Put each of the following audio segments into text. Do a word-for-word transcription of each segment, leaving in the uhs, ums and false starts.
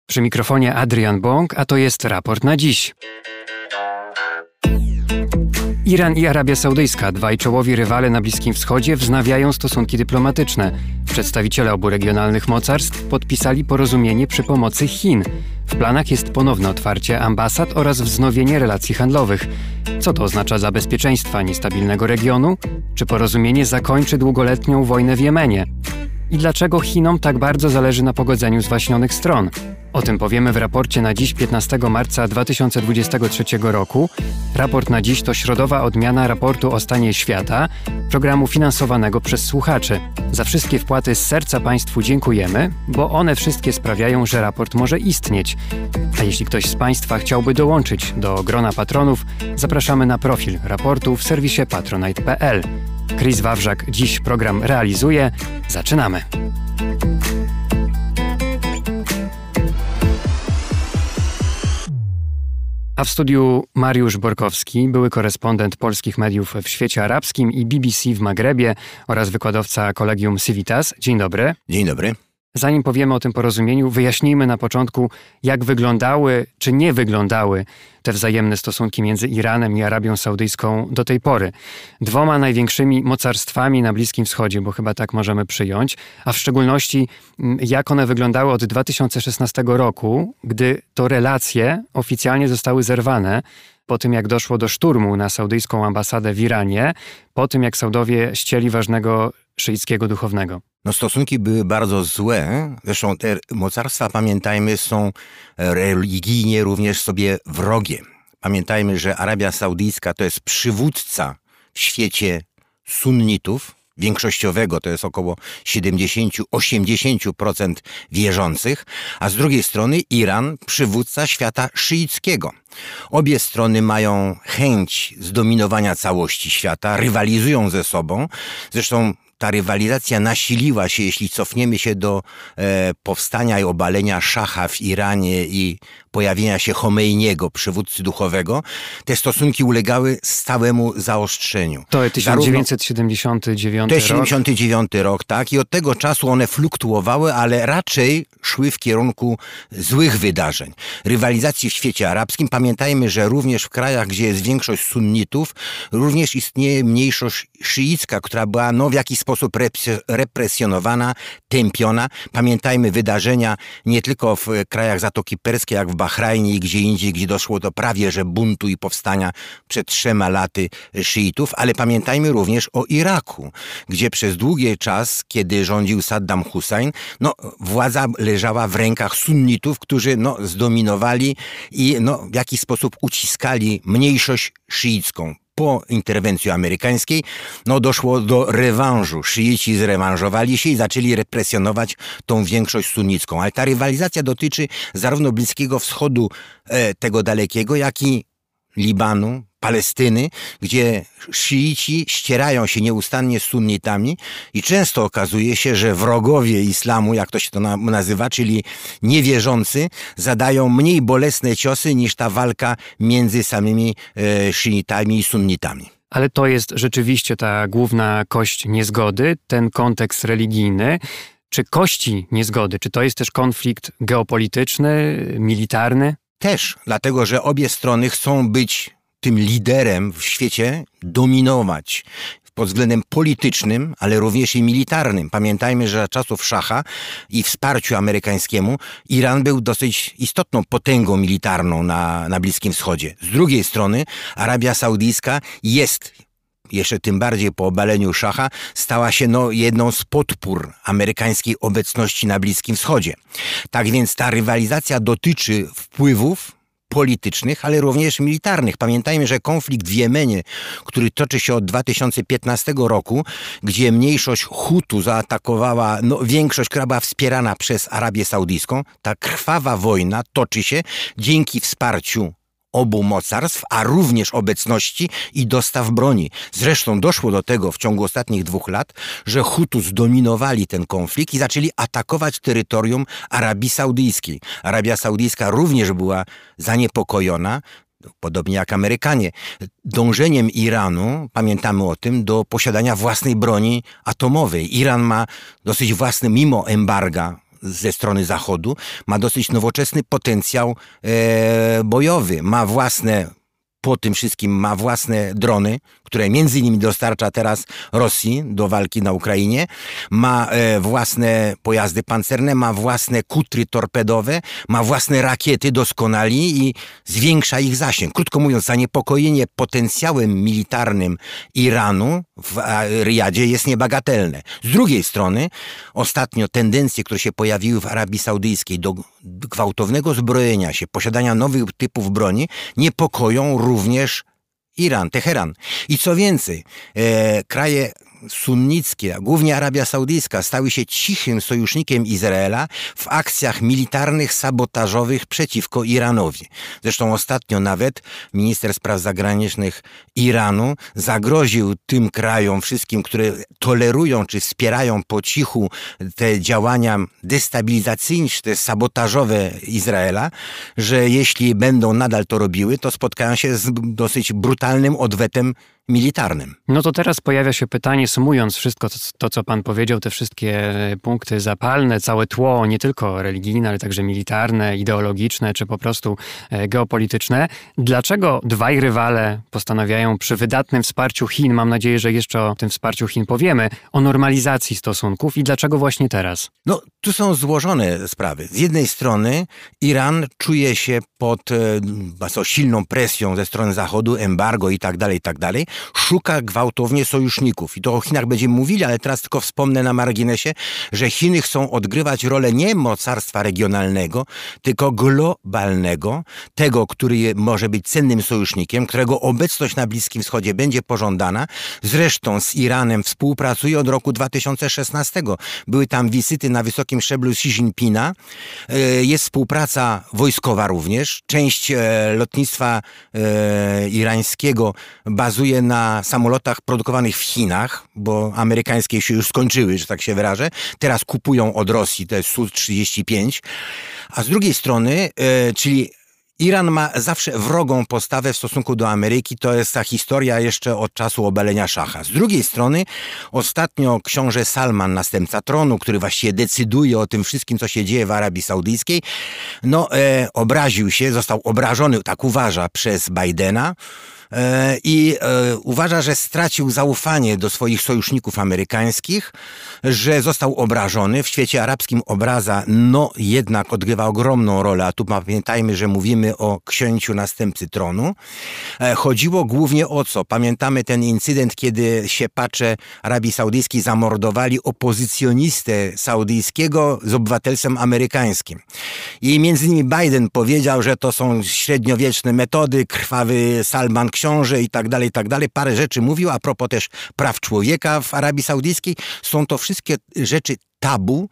Przy mikrofonie Adrian Bąk, a to jest raport na dziś. Iran i Arabia Saudyjska, dwaj czołowi rywale na Bliskim Wschodzie, wznawiają stosunki dyplomatyczne. Przedstawiciele obu regionalnych mocarstw podpisali porozumienie przy pomocy Chin. W planach jest ponowne otwarcie ambasad oraz wznowienie relacji handlowych. Co to oznacza dla bezpieczeństwa niestabilnego regionu? Czy porozumienie zakończy długoletnią wojnę w Jemenie? I dlaczego Chinom tak bardzo zależy na pogodzeniu zwaśnionych stron? O tym powiemy w raporcie na dziś, piętnastego marca dwa tysiące dwudziestego trzeciego roku. Raport na dziś to środowa odmiana raportu o stanie świata, programu finansowanego przez słuchaczy. Za wszystkie wpłaty z serca Państwu dziękujemy, bo one wszystkie sprawiają, że raport może istnieć. A jeśli ktoś z Państwa chciałby dołączyć do grona patronów, zapraszamy na profil raportu w serwisie patronite kropka p l. Chris Wawrzak dziś program realizuje. Zaczynamy! A w studiu Mariusz Borkowski, były korespondent polskich mediów w świecie arabskim i B B C w Magrebie oraz wykładowca Collegium Civitas. Dzień dobry. Dzień dobry. Zanim powiemy o tym porozumieniu, wyjaśnijmy na początku, jak wyglądały, czy nie wyglądały te wzajemne stosunki między Iranem i Arabią Saudyjską do tej pory. Dwoma największymi mocarstwami na Bliskim Wschodzie, bo chyba tak możemy przyjąć, a w szczególności jak one wyglądały od dwa tysiące szesnastego roku, gdy to relacje oficjalnie zostały zerwane po tym, jak doszło do szturmu na saudyjską ambasadę w Iranie, po tym, jak Saudowie ścięli ważnego szyickiego duchownego. No stosunki były bardzo złe. Zresztą te mocarstwa, pamiętajmy, są religijnie również sobie wrogie. Pamiętajmy, że Arabia Saudyjska to jest przywódca w świecie sunnitów, większościowego, to jest około siedemdziesiąt do osiemdziesięciu procent wierzących, a z drugiej strony Iran, przywódca świata szyickiego. Obie strony mają chęć zdominowania całości świata, rywalizują ze sobą. Zresztą ta rywalizacja nasiliła się, jeśli cofniemy się do e, powstania i obalenia szacha w Iranie i pojawienia się Chomejniego, przywódcy duchowego. Te stosunki ulegały stałemu zaostrzeniu. To jest tysiąc dziewięćset siedemdziesiąty dziewiąty rok. To jest siedemdziesiąty dziewiąty rok, tak. I od tego czasu one fluktuowały, ale raczej szły w kierunku złych wydarzeń. Rywalizacji w świecie arabskim. Pamiętajmy, że również w krajach, gdzie jest większość sunnitów, również istnieje mniejszość szyicka, która była no, w jakiś sposób represjonowana, tępiona. Pamiętajmy wydarzenia nie tylko w krajach Zatoki Perskiej, jak w Bahrajnie i gdzie indziej, gdzie doszło do prawie że buntu i powstania przed trzema laty szyitów, ale pamiętajmy również o Iraku, gdzie przez długi czas, kiedy rządził Saddam Hussein, no, władza leżała w rękach sunnitów, którzy no, zdominowali i no, w jakiś sposób uciskali mniejszość szyicką. Po interwencji amerykańskiej no, doszło do rewanżu. Szyici zrewanżowali się i zaczęli represjonować tą większość sunnicką. Ale ta rywalizacja dotyczy zarówno Bliskiego Wschodu, e, tego dalekiego, jak i Libanu, Palestyny, gdzie szyici ścierają się nieustannie z sunnitami i często okazuje się, że wrogowie islamu, jak to się to nazywa, czyli niewierzący, zadają mniej bolesne ciosy niż ta walka między samymi e, szyitami i sunnitami. Ale to jest rzeczywiście ta główna kość niezgody, ten kontekst religijny. Czy kości niezgody, czy to jest też konflikt geopolityczny, militarny? Też, dlatego że obie strony chcą być tym liderem w świecie, dominować pod względem politycznym, ale również i militarnym. Pamiętajmy, że za czasów szacha i wsparciu amerykańskiemu Iran był dosyć istotną potęgą militarną na, na Bliskim Wschodzie. Z drugiej strony Arabia Saudyjska jest, jeszcze tym bardziej po obaleniu szacha, stała się no, jedną z podpór amerykańskiej obecności na Bliskim Wschodzie. Tak więc ta rywalizacja dotyczy wpływów politycznych, ale również militarnych. Pamiętajmy, że konflikt w Jemenie, który toczy się od dwa tysiące piętnastego roku, gdzie mniejszość Hutu zaatakowała no, większość, która była wspierana przez Arabię Saudyjską, ta krwawa wojna toczy się dzięki wsparciu obu mocarstw, a również obecności i dostaw broni. Zresztą doszło do tego w ciągu ostatnich dwóch lat, że Hutu zdominowali ten konflikt i zaczęli atakować terytorium Arabii Saudyjskiej. Arabia Saudyjska również była zaniepokojona, podobnie jak Amerykanie, dążeniem Iranu, pamiętamy o tym, do posiadania własnej broni atomowej. Iran ma dosyć własny, mimo embarga ze strony Zachodu ma dosyć nowoczesny potencjał e, bojowy, ma własne po tym wszystkim ma własne drony, które między innymi dostarcza teraz Rosji do walki na Ukrainie, ma e, własne pojazdy pancerne, ma własne kutry torpedowe, ma własne rakiety doskonali i zwiększa ich zasięg. Krótko mówiąc, zaniepokojenie potencjałem militarnym Iranu w Riyadzie jest niebagatelne. Z drugiej strony ostatnio tendencje, które się pojawiły w Arabii Saudyjskiej do gwałtownego zbrojenia się, posiadania nowych typów broni, niepokoją również Iran, Teheran. I co więcej, e, kraje sunnickie, a głównie Arabia Saudyjska, stały się cichym sojusznikiem Izraela w akcjach militarnych, sabotażowych przeciwko Iranowi. Zresztą ostatnio nawet minister spraw zagranicznych Iranu zagroził tym krajom, wszystkim, które tolerują czy wspierają po cichu te działania destabilizacyjne, czy te sabotażowe Izraela, że jeśli będą nadal to robiły, to spotkają się z dosyć brutalnym odwetem militarnym. No to teraz pojawia się pytanie, sumując wszystko to, to, co pan powiedział, te wszystkie punkty zapalne, całe tło, nie tylko religijne, ale także militarne, ideologiczne, czy po prostu geopolityczne. Dlaczego dwaj rywale postanawiają przy wydatnym wsparciu Chin, mam nadzieję, że jeszcze o tym wsparciu Chin powiemy, o normalizacji stosunków i dlaczego właśnie teraz? No, tu są złożone sprawy. Z jednej strony Iran czuje się pod e, bardzo silną presją ze strony Zachodu, embargo i tak dalej, i tak dalej. Szuka gwałtownie sojuszników. I to o Chinach będziemy mówili, ale teraz tylko wspomnę na marginesie, że Chiny chcą odgrywać rolę nie mocarstwa regionalnego, tylko globalnego, tego, który może być cennym sojusznikiem, którego obecność na Bliskim Wschodzie będzie pożądana. Zresztą z Iranem współpracuje od roku dwa tysiące szesnastego. Były tam wizyty na wysokim szczeblu Xi Jinpinga. Jest współpraca wojskowa również. Część lotnictwa irańskiego bazuje na samolotach produkowanych w Chinach, bo amerykańskie się już skończyły, że tak się wyrażę. Teraz kupują od Rosji te S U trzydzieści pięć. A z drugiej strony, e, czyli Iran ma zawsze wrogą postawę w stosunku do Ameryki. To jest ta historia jeszcze od czasu obalenia szacha. Z drugiej strony ostatnio książę Salman, następca tronu, który właściwie decyduje o tym wszystkim, co się dzieje w Arabii Saudyjskiej, no e, obraził się, został obrażony, tak uważa, przez Bidena. I e, uważa, że stracił zaufanie do swoich sojuszników amerykańskich, że został obrażony. W świecie arabskim obraza no jednak odgrywa ogromną rolę, a tu pamiętajmy, że mówimy o księciu następcy tronu. E, chodziło głównie o co? Pamiętamy ten incydent, kiedy siepacze Arabii Saudyjskiej zamordowali opozycjonistę saudyjskiego z obywatelstwem amerykańskim. I między innymi Biden powiedział, że to są średniowieczne metody, krwawy Salman książę i tak dalej, i tak dalej. Parę rzeczy mówił a propos też praw człowieka w Arabii Saudyjskiej. Są to wszystkie rzeczy tabu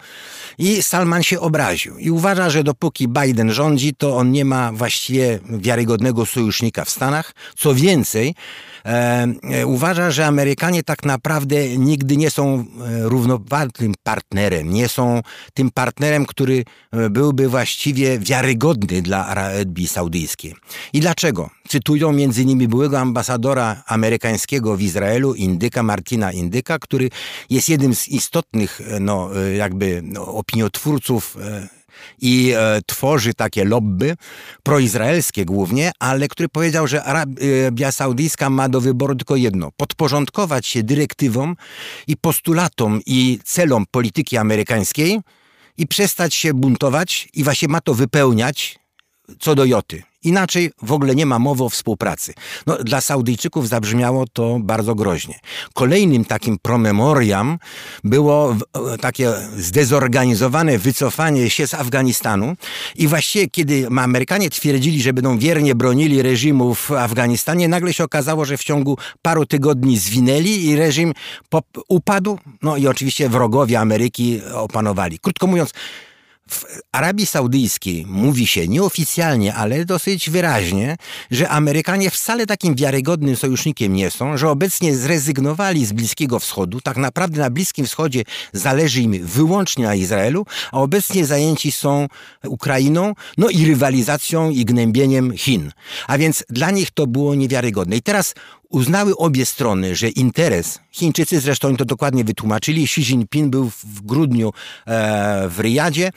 i Salman się obraził. I uważa, że dopóki Biden rządzi, to on nie ma właściwie wiarygodnego sojusznika w Stanach. Co więcej, e, e, uważa, że Amerykanie tak naprawdę nigdy nie są e, równoważnym partnerem. Nie są tym partnerem, który byłby właściwie wiarygodny dla Arabii Saudyjskiej. I dlaczego? Cytują między innymi byłego ambasadora amerykańskiego w Izraelu, Indyka, Martina Indyka, który jest jednym z istotnych no, jakby no, opiniotwórców e, i e, tworzy takie lobby proizraelskie głównie, ale który powiedział, że Arabia Saudyjska ma do wyboru tylko jedno: podporządkować się dyrektywom i postulatom i celom polityki amerykańskiej i przestać się buntować i właśnie ma to wypełniać co do joty. Inaczej w ogóle nie ma mowy o współpracy. No, dla Saudyjczyków zabrzmiało to bardzo groźnie. Kolejnym takim promemoriam było takie zdezorganizowane wycofanie się z Afganistanu i właściwie kiedy Amerykanie twierdzili, że będą wiernie bronili reżimu w Afganistanie, nagle się okazało, że w ciągu paru tygodni zwinęli i reżim upadł. No i oczywiście wrogowie Ameryki opanowali. Krótko mówiąc, w Arabii Saudyjskiej mówi się nieoficjalnie, ale dosyć wyraźnie, że Amerykanie wcale takim wiarygodnym sojusznikiem nie są, że obecnie zrezygnowali z Bliskiego Wschodu. Tak naprawdę na Bliskim Wschodzie zależy im wyłącznie na Izraelu, a obecnie zajęci są Ukrainą, no i rywalizacją i gnębieniem Chin. A więc dla nich to było niewiarygodne. I teraz Uznały obie strony, że interes, Chińczycy zresztą to dokładnie wytłumaczyli, Xi Jinping był w grudniu e, w Riyadzie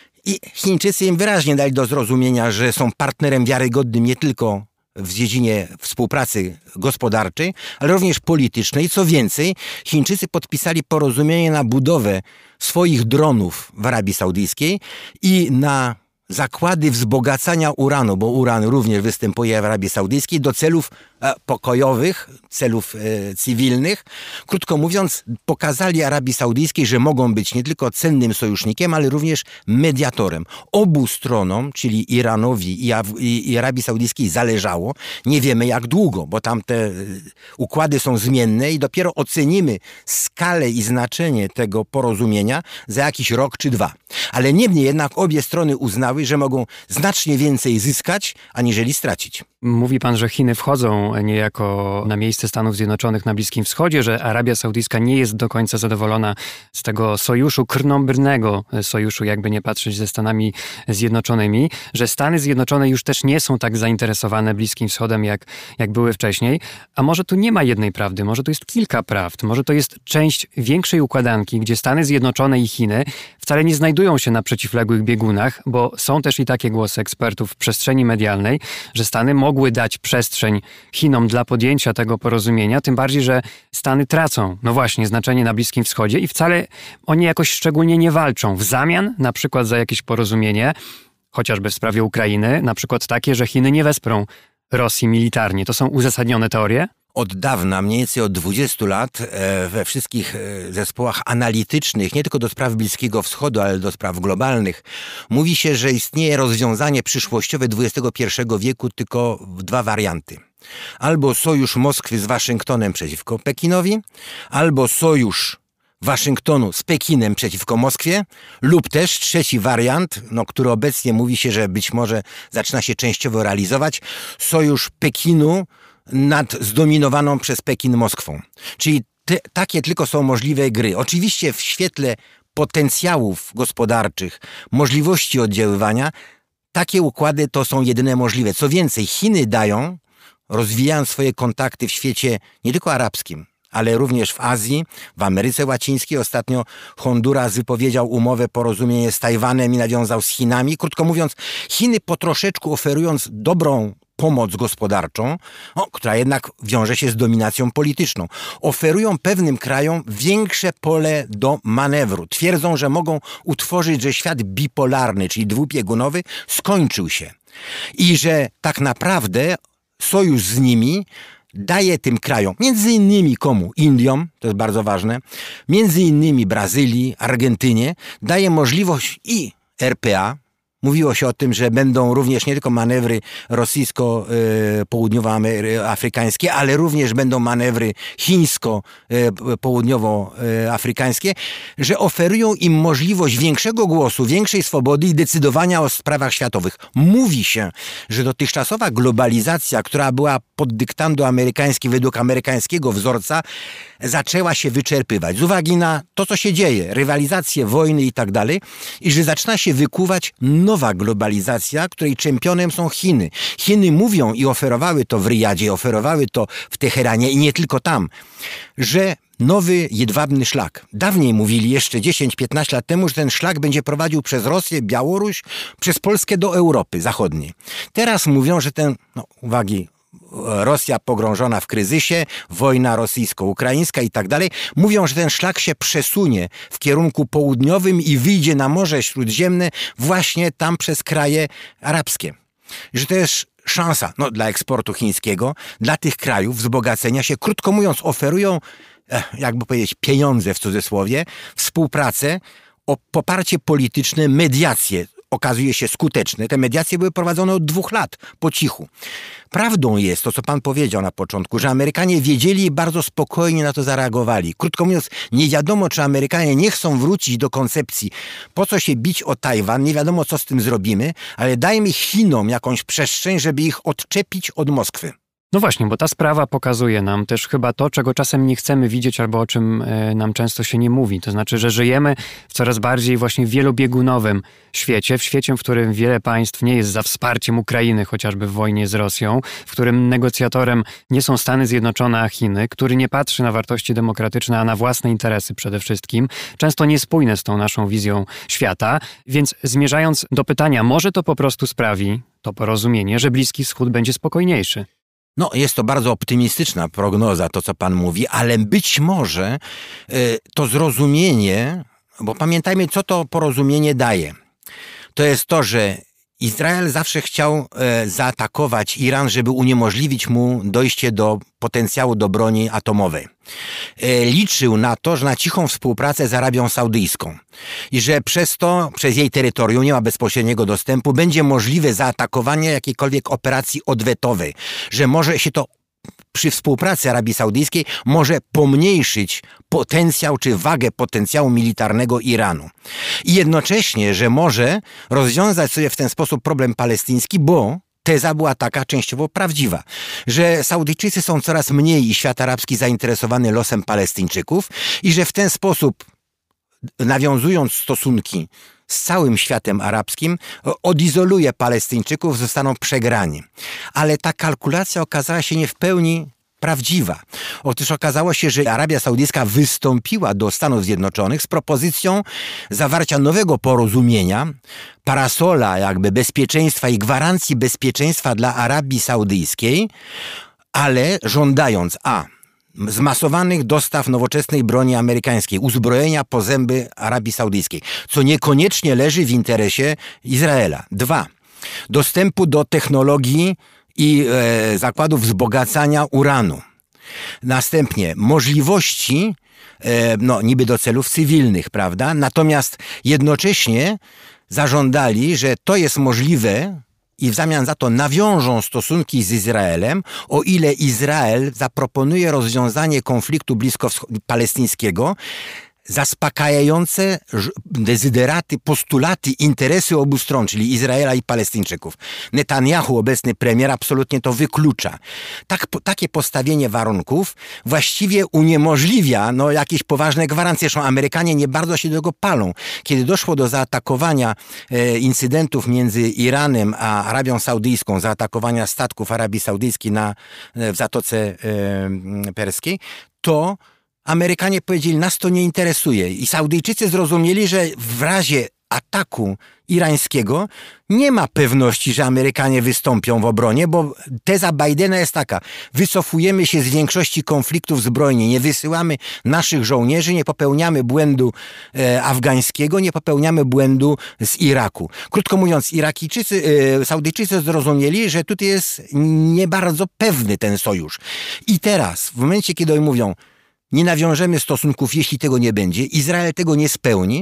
i Chińczycy im wyraźnie dali do zrozumienia, że są partnerem wiarygodnym nie tylko w dziedzinie współpracy gospodarczej, ale również politycznej. Co więcej, Chińczycy podpisali porozumienie na budowę swoich dronów w Arabii Saudyjskiej i na zakłady wzbogacania uranu, bo uran również występuje w Arabii Saudyjskiej, do celów e, pokojowych, celów e, cywilnych. Krótko mówiąc, pokazali Arabii Saudyjskiej, że mogą być nie tylko cennym sojusznikiem, ale również mediatorem. Obu stronom, czyli Iranowi i, i, i Arabii Saudyjskiej zależało, nie wiemy jak długo, bo tam te e, układy są zmienne i dopiero ocenimy skalę i znaczenie tego porozumienia za jakiś rok czy dwa. Ale niemniej jednak obie strony uznały, że mogą znacznie więcej zyskać, aniżeli stracić. Mówi pan, że Chiny wchodzą niejako na miejsce Stanów Zjednoczonych na Bliskim Wschodzie, że Arabia Saudyjska nie jest do końca zadowolona z tego sojuszu, krnąbrnego sojuszu, jakby nie patrzeć, ze Stanami Zjednoczonymi, że Stany Zjednoczone już też nie są tak zainteresowane Bliskim Wschodem, jak, jak były wcześniej. A może tu nie ma jednej prawdy, może tu jest kilka prawd, może to jest część większej układanki, gdzie Stany Zjednoczone i Chiny wcale nie znajdują się na przeciwległych biegunach, bo są też i takie głosy ekspertów w przestrzeni medialnej, że Stany mogły dać przestrzeń Chinom dla podjęcia tego porozumienia, tym bardziej, że Stany tracą, no właśnie, znaczenie na Bliskim Wschodzie i wcale oni jakoś szczególnie nie walczą. W zamian na przykład za jakieś porozumienie, chociażby w sprawie Ukrainy, na przykład takie, że Chiny nie wesprą Rosji militarnie. To są uzasadnione teorie? Od dawna, mniej więcej od dwudziestu lat, we wszystkich zespołach analitycznych, nie tylko do spraw Bliskiego Wschodu, ale do spraw globalnych, mówi się, że istnieje rozwiązanie przyszłościowe dwudziestego pierwszego wieku tylko w dwa warianty. Albo sojusz Moskwy z Waszyngtonem przeciwko Pekinowi, albo sojusz Waszyngtonu z Pekinem przeciwko Moskwie, lub też trzeci wariant, no, który obecnie mówi się, że być może zaczyna się częściowo realizować, sojusz Pekinu nad zdominowaną przez Pekin Moskwą. Czyli te, takie tylko są możliwe gry. Oczywiście w świetle potencjałów gospodarczych, możliwości oddziaływania, takie układy to są jedyne możliwe. Co więcej, Chiny dają, rozwijając swoje kontakty w świecie nie tylko arabskim, ale również w Azji, w Ameryce Łacińskiej. Ostatnio Honduras wypowiedział umowę, porozumienie z Tajwanem i nawiązał z Chinami. Krótko mówiąc, Chiny po troszeczku oferując dobrą pomoc gospodarczą, o, która jednak wiąże się z dominacją polityczną, oferują pewnym krajom większe pole do manewru. Twierdzą, że mogą utworzyć, że świat bipolarny, czyli dwubiegunowy, skończył się. I że tak naprawdę sojusz z nimi daje tym krajom, między innymi komu? Indiom, to jest bardzo ważne, między innymi Brazylii, Argentynie, daje możliwość i R P A. Mówiło się o tym, że będą również nie tylko manewry rosyjsko-południowoafrykańskie, ale również będą manewry chińsko-południowoafrykańskie, że oferują im możliwość większego głosu, większej swobody i decydowania o sprawach światowych. Mówi się, że dotychczasowa globalizacja, która była pod dyktando amerykańskim, według amerykańskiego wzorca, zaczęła się wyczerpywać z uwagi na to, co się dzieje, rywalizacje, wojny i tak dalej, i że zaczyna się wykuwać nowa globalizacja, której czempionem są Chiny. Chiny mówią i oferowały to w Riyadzie, oferowały to w Teheranie i nie tylko tam, że nowy jedwabny szlak. Dawniej mówili jeszcze dziesięć piętnaście lat temu, że ten szlak będzie prowadził przez Rosję, Białoruś, przez Polskę do Europy Zachodniej. Teraz mówią, że ten, no uwagi, Rosja pogrążona w kryzysie, wojna rosyjsko-ukraińska i tak dalej. Mówią, że ten szlak się przesunie w kierunku południowym i wyjdzie na Morze Śródziemne właśnie tam przez kraje arabskie. Że to jest szansa no, dla eksportu chińskiego, dla tych krajów wzbogacenia się. Krótko mówiąc, oferują, jakby powiedzieć, pieniądze w cudzysłowie, współpracę, o poparcie polityczne, mediacje. Okazuje się skuteczne. Te mediacje były prowadzone od dwóch lat, po cichu. Prawdą jest to, co pan powiedział na początku, że Amerykanie wiedzieli i bardzo spokojnie na to zareagowali. Krótko mówiąc, nie wiadomo, czy Amerykanie nie chcą wrócić do koncepcji, po co się bić o Tajwan, nie wiadomo, co z tym zrobimy, ale dajmy Chinom jakąś przestrzeń, żeby ich odczepić od Moskwy. No właśnie, bo ta sprawa pokazuje nam też chyba to, czego czasem nie chcemy widzieć albo o czym y, nam często się nie mówi. To znaczy, że żyjemy w coraz bardziej właśnie wielobiegunowym świecie, w świecie, w którym wiele państw nie jest za wsparciem Ukrainy, chociażby w wojnie z Rosją, w którym negocjatorem nie są Stany Zjednoczone, a Chiny, który nie patrzy na wartości demokratyczne, a na własne interesy przede wszystkim, często niespójne z tą naszą wizją świata. Więc zmierzając do pytania, może to po prostu sprawi, to porozumienie, że Bliski Wschód będzie spokojniejszy. No, jest to bardzo optymistyczna prognoza, to co pan mówi, ale być może y, to zrozumienie, bo pamiętajmy, co to porozumienie daje. To jest to, że Izrael zawsze chciał e, zaatakować Iran, żeby uniemożliwić mu dojście do potencjału do broni atomowej. E, liczył na to, że na cichą współpracę z Arabią Saudyjską i że przez to, przez jej terytorium, nie ma bezpośredniego dostępu, będzie możliwe zaatakowanie jakiejkolwiek operacji odwetowej, że może się to przy współpracy Arabii Saudyjskiej może pomniejszyć potencjał czy wagę potencjału militarnego Iranu. I jednocześnie, że może rozwiązać sobie w ten sposób problem palestyński, bo teza była taka częściowo prawdziwa, że Saudyjczycy są coraz mniej i świat arabski zainteresowany losem Palestyńczyków i że w ten sposób, nawiązując stosunki z całym światem arabskim, odizoluje Palestyńczyków, zostaną przegrani. Ale ta kalkulacja okazała się nie w pełni prawdziwa. Otóż okazało się, że Arabia Saudyjska wystąpiła do Stanów Zjednoczonych z propozycją zawarcia nowego porozumienia, parasola jakby bezpieczeństwa i gwarancji bezpieczeństwa dla Arabii Saudyjskiej, ale żądając a. zmasowanych dostaw nowoczesnej broni amerykańskiej, uzbrojenia po zęby Arabii Saudyjskiej, co niekoniecznie leży w interesie Izraela. Dwa. Dostępu do technologii i e, zakładów wzbogacania uranu. Następnie możliwości, e, no niby do celów cywilnych, prawda? Natomiast jednocześnie zażądali, że to jest możliwe i w zamian za to nawiążą stosunki z Izraelem, o ile Izrael zaproponuje rozwiązanie konfliktu blisko-palestyńskiego zaspokajające dezyderaty, postulaty, interesy obu stron, czyli Izraela i Palestyńczyków. Netanyahu, obecny premier, absolutnie to wyklucza. Tak, po, takie postawienie warunków właściwie uniemożliwia no, jakieś poważne gwarancje. Zresztą Amerykanie nie bardzo się do tego palą. Kiedy doszło do zaatakowania e, incydentów między Iranem a Arabią Saudyjską, zaatakowania statków Arabii Saudyjskiej na, w Zatoce e, Perskiej, to Amerykanie powiedzieli, nas to nie interesuje. I Saudyjczycy zrozumieli, że w razie ataku irańskiego nie ma pewności, że Amerykanie wystąpią w obronie, bo teza Bidena jest taka: wycofujemy się z większości konfliktów zbrojnych, nie wysyłamy naszych żołnierzy, nie popełniamy błędu e, afgańskiego, nie popełniamy błędu z Iraku. Krótko mówiąc, Irakijczycy, e, Saudyjczycy zrozumieli, że tutaj jest nie bardzo pewny ten sojusz. I teraz, w momencie, kiedy oni mówią, nie nawiążemy stosunków, jeśli tego nie będzie, Izrael tego nie spełni,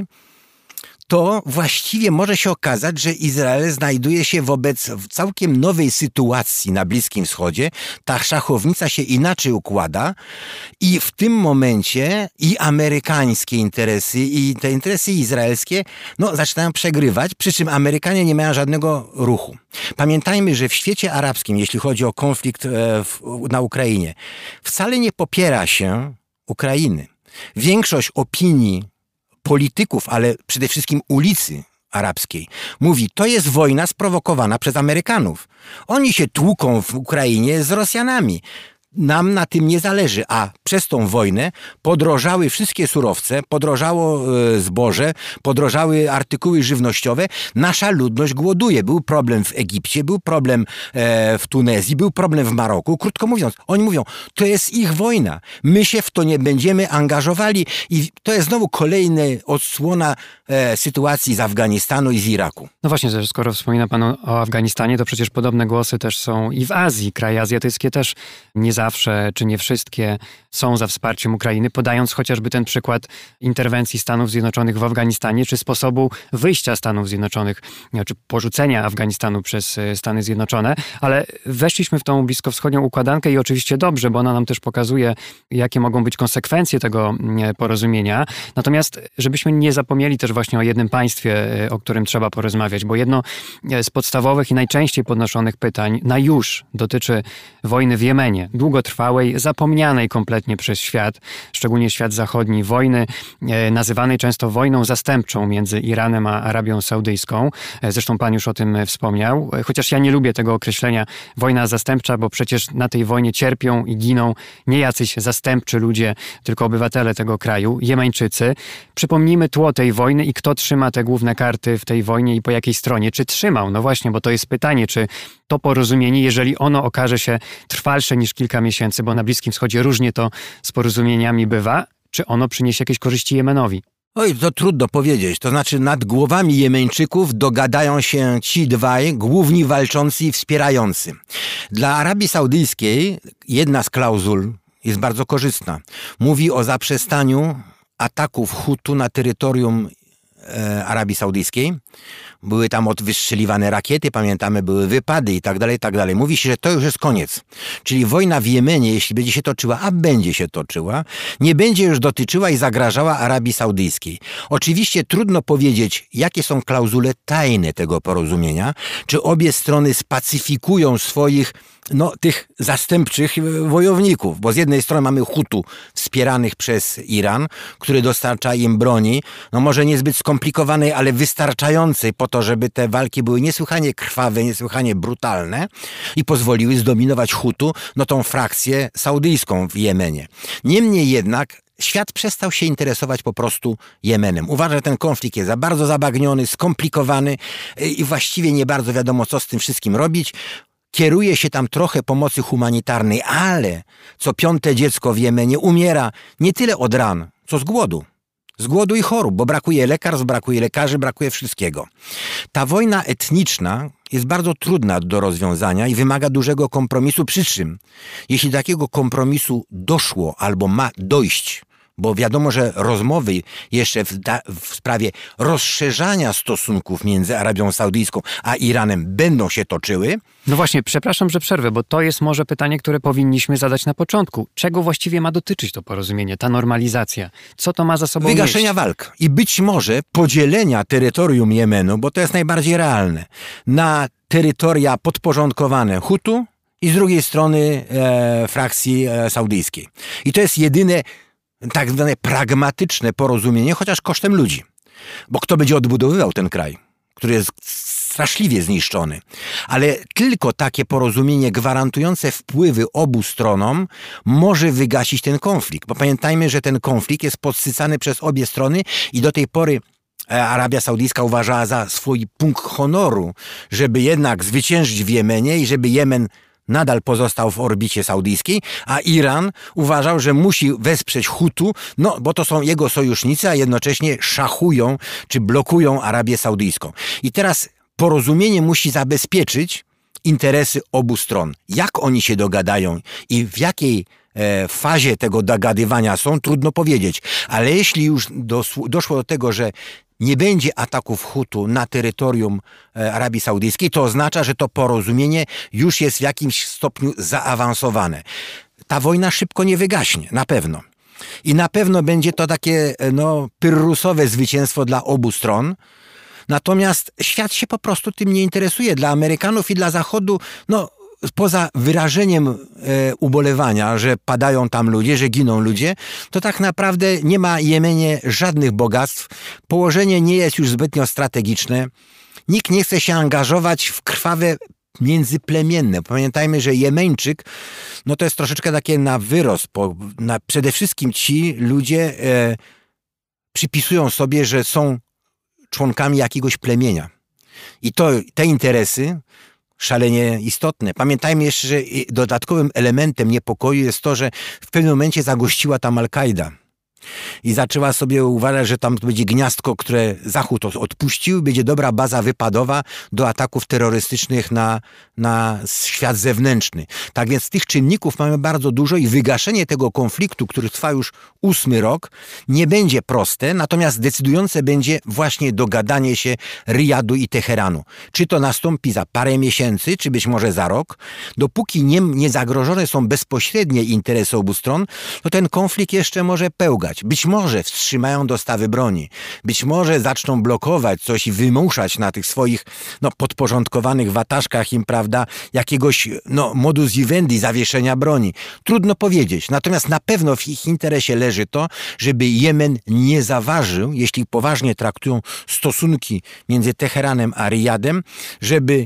to właściwie może się okazać, że Izrael znajduje się wobec całkiem nowej sytuacji na Bliskim Wschodzie. Ta szachownica się inaczej układa i w tym momencie i amerykańskie interesy, i te interesy izraelskie no, zaczynają przegrywać, przy czym Amerykanie nie mają żadnego ruchu. Pamiętajmy, że w świecie arabskim, jeśli chodzi o konflikt e, w, na Ukrainie, wcale nie popiera się Ukrainy. Większość opinii polityków, ale przede wszystkim ulicy arabskiej mówi, to jest wojna sprowokowana przez Amerykanów. Oni się tłuką w Ukrainie z Rosjanami. Nam na tym nie zależy, a przez tą wojnę podrożały wszystkie surowce, podrożało e, zboże, podrożały artykuły żywnościowe. Nasza ludność głoduje. Był problem w Egipcie, był problem e, w Tunezji, był problem w Maroku. Krótko mówiąc, oni mówią, to jest ich wojna. My się w to nie będziemy angażowali i to jest znowu kolejna odsłona e, sytuacji z Afganistanu i z Iraku. No właśnie, skoro wspomina pan o, o Afganistanie, to przecież podobne głosy też są i w Azji. Kraje azjatyckie też nie za zawsze, czy nie wszystkie są za wsparciem Ukrainy, podając chociażby ten przykład interwencji Stanów Zjednoczonych w Afganistanie, czy sposobu wyjścia Stanów Zjednoczonych, czy porzucenia Afganistanu przez Stany Zjednoczone, ale weszliśmy w tą bliskowschodnią układankę i oczywiście dobrze, bo ona nam też pokazuje, jakie mogą być konsekwencje tego porozumienia. Natomiast żebyśmy nie zapomnieli też właśnie o jednym państwie, o którym trzeba porozmawiać, bo jedno z podstawowych i najczęściej podnoszonych pytań na już dotyczy wojny w Jemenie, długotrwałej, zapomnianej kompletnie przez świat, szczególnie świat zachodni, wojny nazywanej często wojną zastępczą między Iranem a Arabią Saudyjską. Zresztą pan już o tym wspomniał, chociaż ja nie lubię tego określenia wojna zastępcza, bo przecież na tej wojnie cierpią i giną nie jacyś zastępczy ludzie, tylko obywatele tego kraju, Jemeńczycy. Przypomnijmy tło tej wojny i kto trzyma te główne karty w tej wojnie i po jakiej stronie. Czy trzymał? No właśnie, bo to jest pytanie, czy to porozumienie, jeżeli ono okaże się trwalsze niż kilka miesięcy, bo na Bliskim Wschodzie różnie to z porozumieniami bywa, czy ono przyniesie jakieś korzyści Jemenowi? Oj, to trudno powiedzieć. To znaczy nad głowami Jemeńczyków dogadają się ci dwaj główni walczący i wspierający. Dla Arabii Saudyjskiej jedna z klauzul jest bardzo korzystna. Mówi o zaprzestaniu ataków Hutu na terytorium e, Arabii Saudyjskiej. Były tam odwystrzeliwane rakiety, pamiętamy, były wypady i tak dalej, i tak dalej. Mówi się, że to już jest koniec. Czyli wojna w Jemenie, jeśli będzie się toczyła, a będzie się toczyła, nie będzie już dotyczyła i zagrażała Arabii Saudyjskiej. Oczywiście trudno powiedzieć, jakie są klauzule tajne tego porozumienia, czy obie strony spacyfikują swoich no, tych zastępczych wojowników, bo z jednej strony mamy Hutu wspieranych przez Iran, który dostarcza im broni, no może niezbyt skomplikowanej, ale wystarczającej po to, żeby te walki były niesłychanie krwawe, niesłychanie brutalne i pozwoliły zdominować Hutu, no tą frakcję saudyjską w Jemenie. Niemniej jednak świat przestał się interesować po prostu Jemenem. Uważa, że ten konflikt jest za bardzo zabagniony, skomplikowany i właściwie nie bardzo wiadomo, co z tym wszystkim robić. Kieruje się tam trochę pomocy humanitarnej, ale co piąte dziecko w Jemenie umiera nie tyle od ran, co z głodu. Z głodu i chorób, bo brakuje lekarstw, brakuje lekarzy, brakuje wszystkiego. Ta wojna etniczna jest bardzo trudna do rozwiązania i wymaga dużego kompromisu, przy czym jeśli do takiego kompromisu doszło albo ma dojść, bo wiadomo, że rozmowy jeszcze w, da, w sprawie rozszerzania stosunków między Arabią Saudyjską a Iranem będą się toczyły. No właśnie, przepraszam, że przerwę, bo to jest może pytanie, które powinniśmy zadać na początku. Czego właściwie ma dotyczyć to porozumienie, ta normalizacja? Co to ma za sobą Wygaszenia nieść? walk i być może podzielenia terytorium Jemenu, bo to jest najbardziej realne, na terytoria podporządkowane Hutu i z drugiej strony e, frakcji e, saudyjskiej. I to jest jedyne tak zwane pragmatyczne porozumienie, chociaż kosztem ludzi. Bo kto będzie odbudowywał ten kraj, który jest straszliwie zniszczony. Ale tylko takie porozumienie gwarantujące wpływy obu stronom może wygasić ten konflikt. Bo pamiętajmy, że ten konflikt jest podsycany przez obie strony i do tej pory Arabia Saudyjska uważała za swój punkt honoru, żeby jednak zwyciężyć w Jemenie i żeby Jemen nadal pozostał w orbicie saudyjskiej, a Iran uważał, że musi wesprzeć Hutu, no bo to są jego sojusznicy, a jednocześnie szachują czy blokują Arabię Saudyjską. I teraz porozumienie musi zabezpieczyć interesy obu stron. Jak oni się dogadają i w jakiej e, fazie tego dogadywania są, trudno powiedzieć. Ale jeśli już dosł- doszło do tego, że nie będzie ataków Hutu na terytorium Arabii Saudyjskiej, to oznacza, że to porozumienie już jest w jakimś stopniu zaawansowane. Ta wojna szybko nie wygaśnie, na pewno. I na pewno będzie to takie no, pyrrusowe zwycięstwo dla obu stron. Natomiast świat się po prostu tym nie interesuje. Dla Amerykanów i dla Zachodu, no poza wyrażeniem e, ubolewania, że padają tam ludzie, że giną ludzie, to tak naprawdę nie ma w Jemenie żadnych bogactw. Położenie nie jest już zbytnio strategiczne. Nikt nie chce się angażować w krwawe międzyplemienne. Pamiętajmy, że Jemeńczyk, no to jest troszeczkę takie na wyrost. Po, na, przede wszystkim ci ludzie e, przypisują sobie, że są członkami jakiegoś plemienia. I to te interesy szalenie istotne. Pamiętajmy jeszcze, że dodatkowym elementem niepokoju jest to, że w pewnym momencie zagościła tam Al-Kaida I zaczęła sobie uważać, że tam będzie gniazdko, które Zachód odpuścił, będzie dobra baza wypadowa do ataków terrorystycznych na, na świat zewnętrzny. Tak więc tych czynników mamy bardzo dużo i wygaszenie tego konfliktu, który trwa już ósmy rok, nie będzie proste, natomiast decydujące będzie właśnie dogadanie się Riyadu i Teheranu. Czy to nastąpi za parę miesięcy, czy być może za rok, dopóki nie, nie zagrożone są bezpośrednie interesy obu stron, to ten konflikt jeszcze może pełgać. Być może wstrzymają dostawy broni. Być może zaczną blokować coś i wymuszać na tych swoich no, podporządkowanych wataszkach im, prawda, jakiegoś no, modus vivendi zawieszenia broni. Trudno powiedzieć. Natomiast na pewno w ich interesie leży to, żeby Jemen nie zaważył, jeśli poważnie traktują stosunki między Teheranem a Riyadem, żeby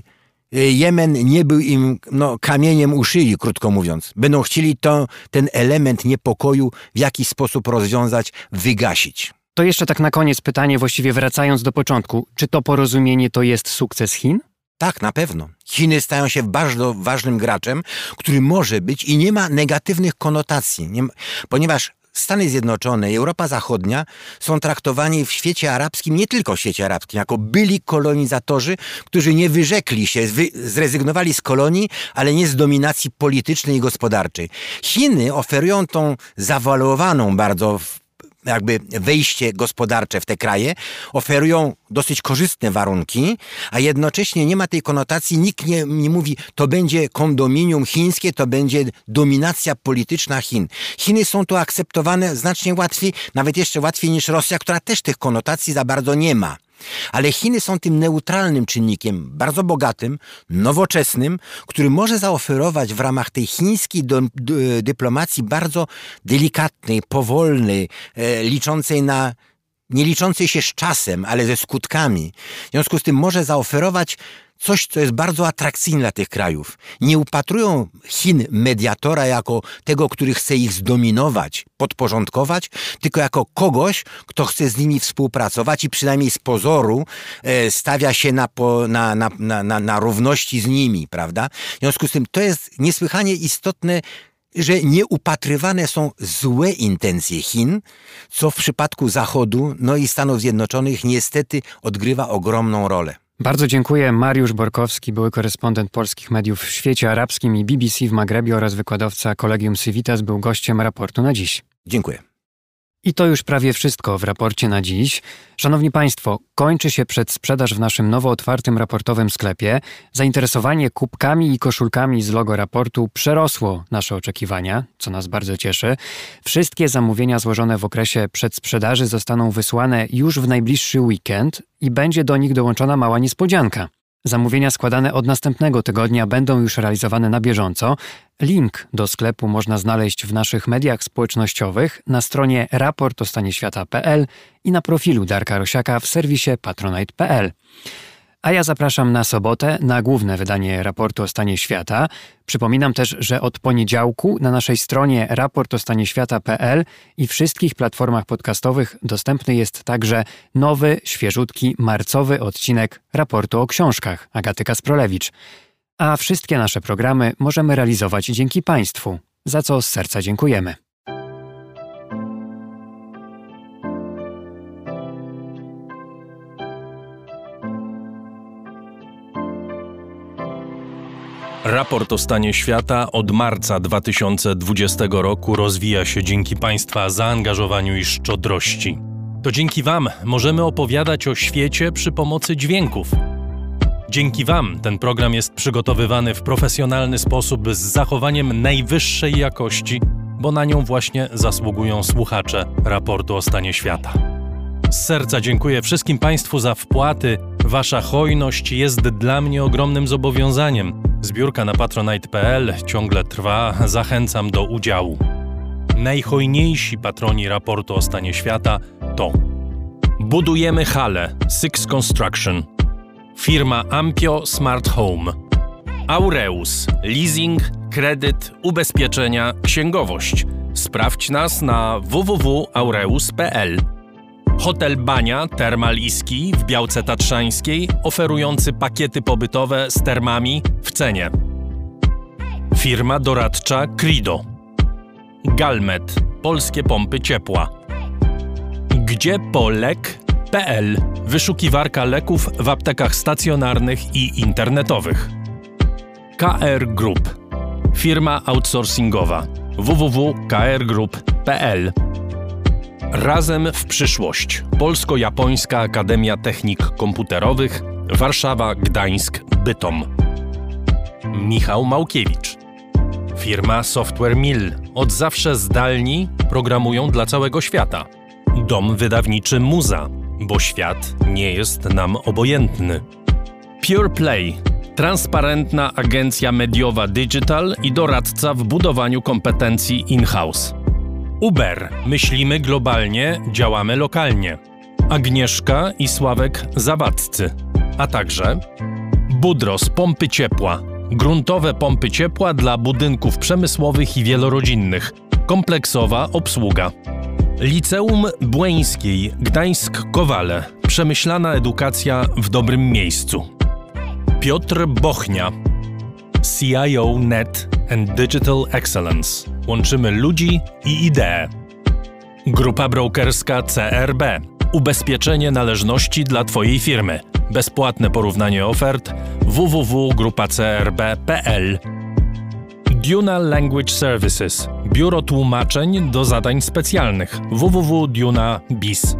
Jemen nie był im no, kamieniem u szyi, krótko mówiąc. Będą chcieli to, ten element niepokoju w jakiś sposób rozwiązać, wygasić. To jeszcze tak na koniec pytanie, właściwie wracając do początku. Czy to porozumienie to jest sukces Chin? Tak, na pewno. Chiny stają się bardzo ważnym graczem, który może być i nie ma negatywnych konotacji, nie ma, ponieważ Stany Zjednoczone i Europa Zachodnia są traktowani w świecie arabskim, nie tylko w świecie arabskim, jako byli kolonizatorzy, którzy nie wyrzekli się, zrezygnowali z kolonii, ale nie z dominacji politycznej i gospodarczej. Chiny oferują tą zawaluowaną bardzo jakby wejście gospodarcze w te kraje, oferują dosyć korzystne warunki, a jednocześnie nie ma tej konotacji, nikt nie, nie mówi, to będzie kondominium chińskie, to będzie dominacja polityczna Chin. Chiny są tu akceptowane znacznie łatwiej, nawet jeszcze łatwiej niż Rosja, która też tych konotacji za bardzo nie ma. Ale Chiny są tym neutralnym czynnikiem, bardzo bogatym, nowoczesnym, który może zaoferować w ramach tej chińskiej do, do, dyplomacji bardzo delikatnej, powolnej, e, liczącej na, nie liczącej się z czasem, ale ze skutkami. W związku z tym może zaoferować coś, co jest bardzo atrakcyjne dla tych krajów. Nie upatrują Chin mediatora jako tego, który chce ich zdominować, podporządkować, tylko jako kogoś, kto chce z nimi współpracować i przynajmniej z pozoru e, stawia się na, po, na, na, na, na, na równości z nimi, prawda? W związku z tym to jest niesłychanie istotne, że nie upatrywane są złe intencje Chin, co w przypadku Zachodu, no i Stanów Zjednoczonych niestety odgrywa ogromną rolę. Bardzo dziękuję. Mariusz Borkowski, były korespondent polskich mediów w świecie arabskim i B B C w Magrebie oraz wykładowca Collegium Civitas, był gościem raportu na dziś. Dziękuję. I to już prawie wszystko w raporcie na dziś. Szanowni Państwo, kończy się przedsprzedaż w naszym nowo otwartym raportowym sklepie. Zainteresowanie kubkami i koszulkami z logo raportu przerosło nasze oczekiwania, co nas bardzo cieszy. Wszystkie zamówienia złożone w okresie przedsprzedaży zostaną wysłane już w najbliższy weekend i będzie do nich dołączona mała niespodzianka. Zamówienia składane od następnego tygodnia będą już realizowane na bieżąco. Link do sklepu można znaleźć w naszych mediach społecznościowych, na stronie raport o stanie świata kropka p l i na profilu Darka Rosiaka w serwisie patronite kropka p l. A ja zapraszam na sobotę na główne wydanie raportu o stanie świata. Przypominam też, że od poniedziałku na naszej stronie raport o stanie świata kropka p l i wszystkich platformach podcastowych dostępny jest także nowy, świeżutki, marcowy odcinek raportu o książkach Agaty Kasprolewicz. A wszystkie nasze programy możemy realizować dzięki Państwu, za co z serca dziękujemy. Raport o stanie świata od marca dwa tysiące dwudziestego roku rozwija się dzięki Państwa zaangażowaniu i szczodrości. To dzięki Wam możemy opowiadać o świecie przy pomocy dźwięków. Dzięki Wam ten program jest przygotowywany w profesjonalny sposób z zachowaniem najwyższej jakości, bo na nią właśnie zasługują słuchacze raportu o stanie świata. Z serca dziękuję wszystkim Państwu za wpłaty. Wasza hojność jest dla mnie ogromnym zobowiązaniem. Zbiórka na patronite kropka p l ciągle trwa. Zachęcam do udziału. Najhojniejsi patroni raportu o stanie świata to Budujemy Hale, Six Construction, firma Ampio Smart Home, Aureus, leasing, kredyt, ubezpieczenia, księgowość. Sprawdź nas na w w w kropka aureus kropka p l. Hotel Bania Termal Iski w Białce Tatrzańskiej, oferujący pakiety pobytowe z termami w cenie. Firma doradcza Crido. Galmet, polskie pompy ciepła. Gdzie po lek kropka pe el, wyszukiwarka leków w aptekach stacjonarnych i internetowych. K R Group, firma outsourcingowa, w w w kropka k r group kropka p l. Razem w przyszłość, Polsko-Japońska Akademia Technik Komputerowych, Warszawa, Gdańsk, Bytom. Michał Małkiewicz, firma Software Mill, od zawsze zdalni programują dla całego świata. Dom wydawniczy Muza, bo świat nie jest nam obojętny. Pure Play, transparentna agencja mediowa digital i doradca w budowaniu kompetencji in-house. Uber, myślimy globalnie, działamy lokalnie. Agnieszka i Sławek Zawadzcy, a także Budros Pompy Ciepła, gruntowe pompy ciepła dla budynków przemysłowych i wielorodzinnych, kompleksowa obsługa. Liceum Błeńskiej, Gdańsk-Kowale, przemyślana edukacja w dobrym miejscu. Piotr Bochnia, C I O Net and Digital Excellence. Łączymy ludzi i idee. Grupa brokerska C R B. Ubezpieczenie należności dla Twojej firmy. Bezpłatne porównanie ofert w w w kropka grupa c r b kropka p l. Duna Language Services. Biuro tłumaczeń do zadań specjalnych. w w w kropka duna kropka biz.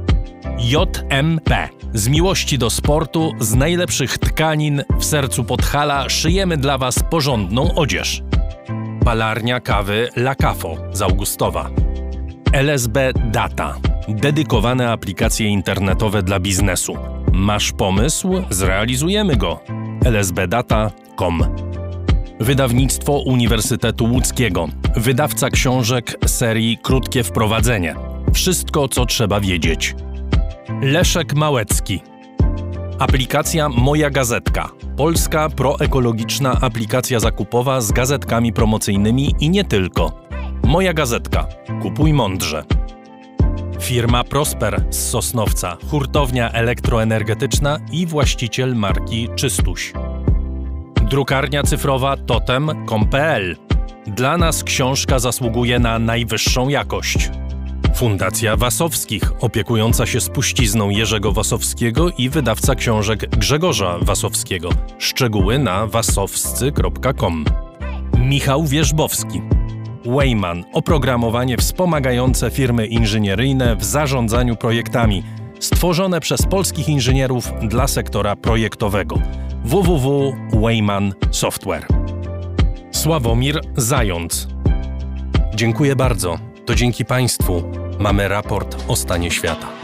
J M P. Z miłości do sportu, z najlepszych tkanin w sercu Podhala szyjemy dla Was porządną odzież. Palarnia kawy La Cafo z Augustowa. L S B Data. Dedykowane aplikacje internetowe dla biznesu. Masz pomysł? Zrealizujemy go. l s b data kropka com. Wydawnictwo Uniwersytetu Łódzkiego. Wydawca książek serii Krótkie wprowadzenie. Wszystko, co trzeba wiedzieć. Leszek Małecki. Aplikacja Moja Gazetka. Polska proekologiczna aplikacja zakupowa z gazetkami promocyjnymi i nie tylko. Moja Gazetka. Kupuj mądrze. Firma Prosper z Sosnowca. Hurtownia elektroenergetyczna i właściciel marki Czystuś. Drukarnia cyfrowa totem kropka com kropka p l. Dla nas książka zasługuje na najwyższą jakość. Fundacja Wasowskich, opiekująca się spuścizną Jerzego Wasowskiego i wydawca książek Grzegorza Wasowskiego. Szczegóły na wasowscy kropka com. Michał Wierzbowski. Wayman, oprogramowanie wspomagające firmy inżynieryjne w zarządzaniu projektami. Stworzone przez polskich inżynierów dla sektora projektowego. w w w kropka wayman software. Sławomir Zając. Dziękuję bardzo. To dzięki Państwu mamy raport o stanie świata.